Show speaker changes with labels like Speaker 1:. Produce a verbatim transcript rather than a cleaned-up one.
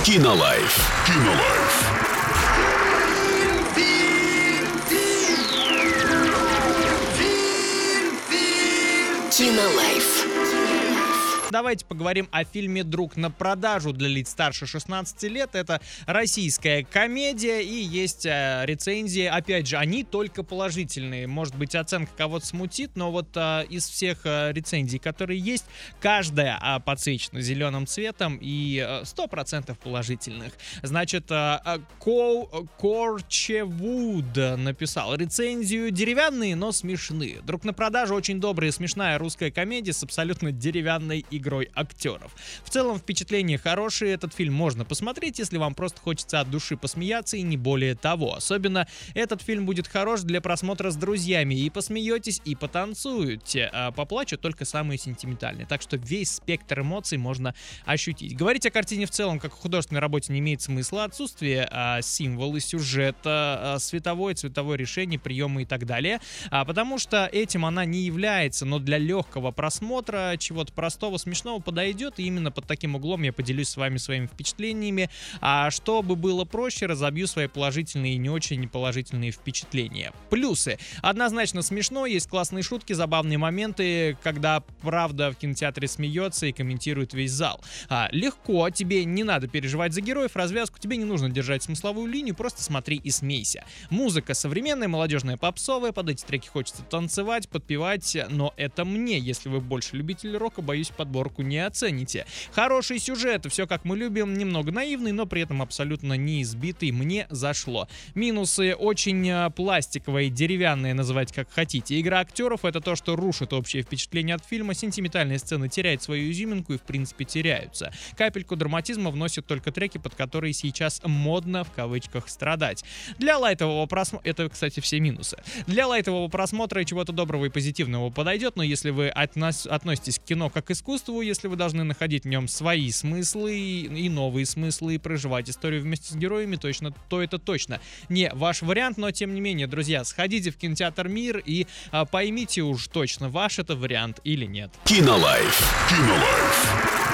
Speaker 1: Кинолайф. Кинолайф.
Speaker 2: Кинолайф.
Speaker 3: Давайте поговорим о фильме «Друг на продажу» для лиц старше шестнадцати лет. Это российская комедия, и есть э, рецензии. Опять же, они только положительные. Может быть, оценка кого-то смутит, но вот э, из всех э, рецензий, которые есть, каждая э, подсвечена зеленым цветом и э, сто процентов положительных. Значит, э, э, Коу Корчевуд написал рецензию: деревянные, но смешные. «Друг на продажу» очень добрая и смешная русская комедия с абсолютно деревянной игрой актеров. В целом впечатления хорошие, этот фильм можно посмотреть, если вам просто хочется от души посмеяться и не более того. Особенно этот фильм будет хорош для просмотра с друзьями, и посмеетесь, и потанцуете. А поплачут только самые сентиментальные, так что весь спектр эмоций можно ощутить. Говорить о картине в целом как о художественной работе не имеет смысла. Отсутствие а, символа, сюжета, а, световое, цветовое решение, приемы и так далее, а, потому что этим она не является, но для легкого просмотра чего-то простого, смешного подойдет, и именно под таким углом я поделюсь с вами своими впечатлениями. А чтобы было проще, разобью свои положительные и не очень положительные впечатления. Плюсы. Однозначно смешно, есть классные шутки, забавные моменты, когда правда в кинотеатре смеется и комментирует весь зал. А, легко, тебе не надо переживать за героев, развязку, тебе не нужно держать смысловую линию, просто смотри и смейся. Музыка современная, молодежная, попсовая, под эти треки хочется танцевать, подпевать, но это мне. Если вы больше любитель рока, боюсь, подборку не оцените. Хороший сюжет, все как мы любим, немного наивный, но при этом абсолютно не избитый, мне зашло. Минусы: очень пластиковые, деревянные, называть как хотите. Игра актеров — это то, что рушит общее впечатление от фильма. Сентиментальные сцены теряют свою изюминку и в принципе теряются. Капельку драматизма вносят только треки, под которые сейчас модно в кавычках страдать. Для лайтового просмотра, это, кстати, все минусы. Для лайтового просмотра чего-то доброго и позитивного подойдет, но если вы относ... относитесь к кино как к искусству, если вы должны находить в нем свои смыслы и новые смыслы и проживать историю вместе с героями, точно, то это точно не ваш вариант. Но тем не менее, друзья, сходите в кинотеатр «Мир» и а, поймите уж точно, ваш это вариант или нет.
Speaker 1: Кинолайф. Кинолайф.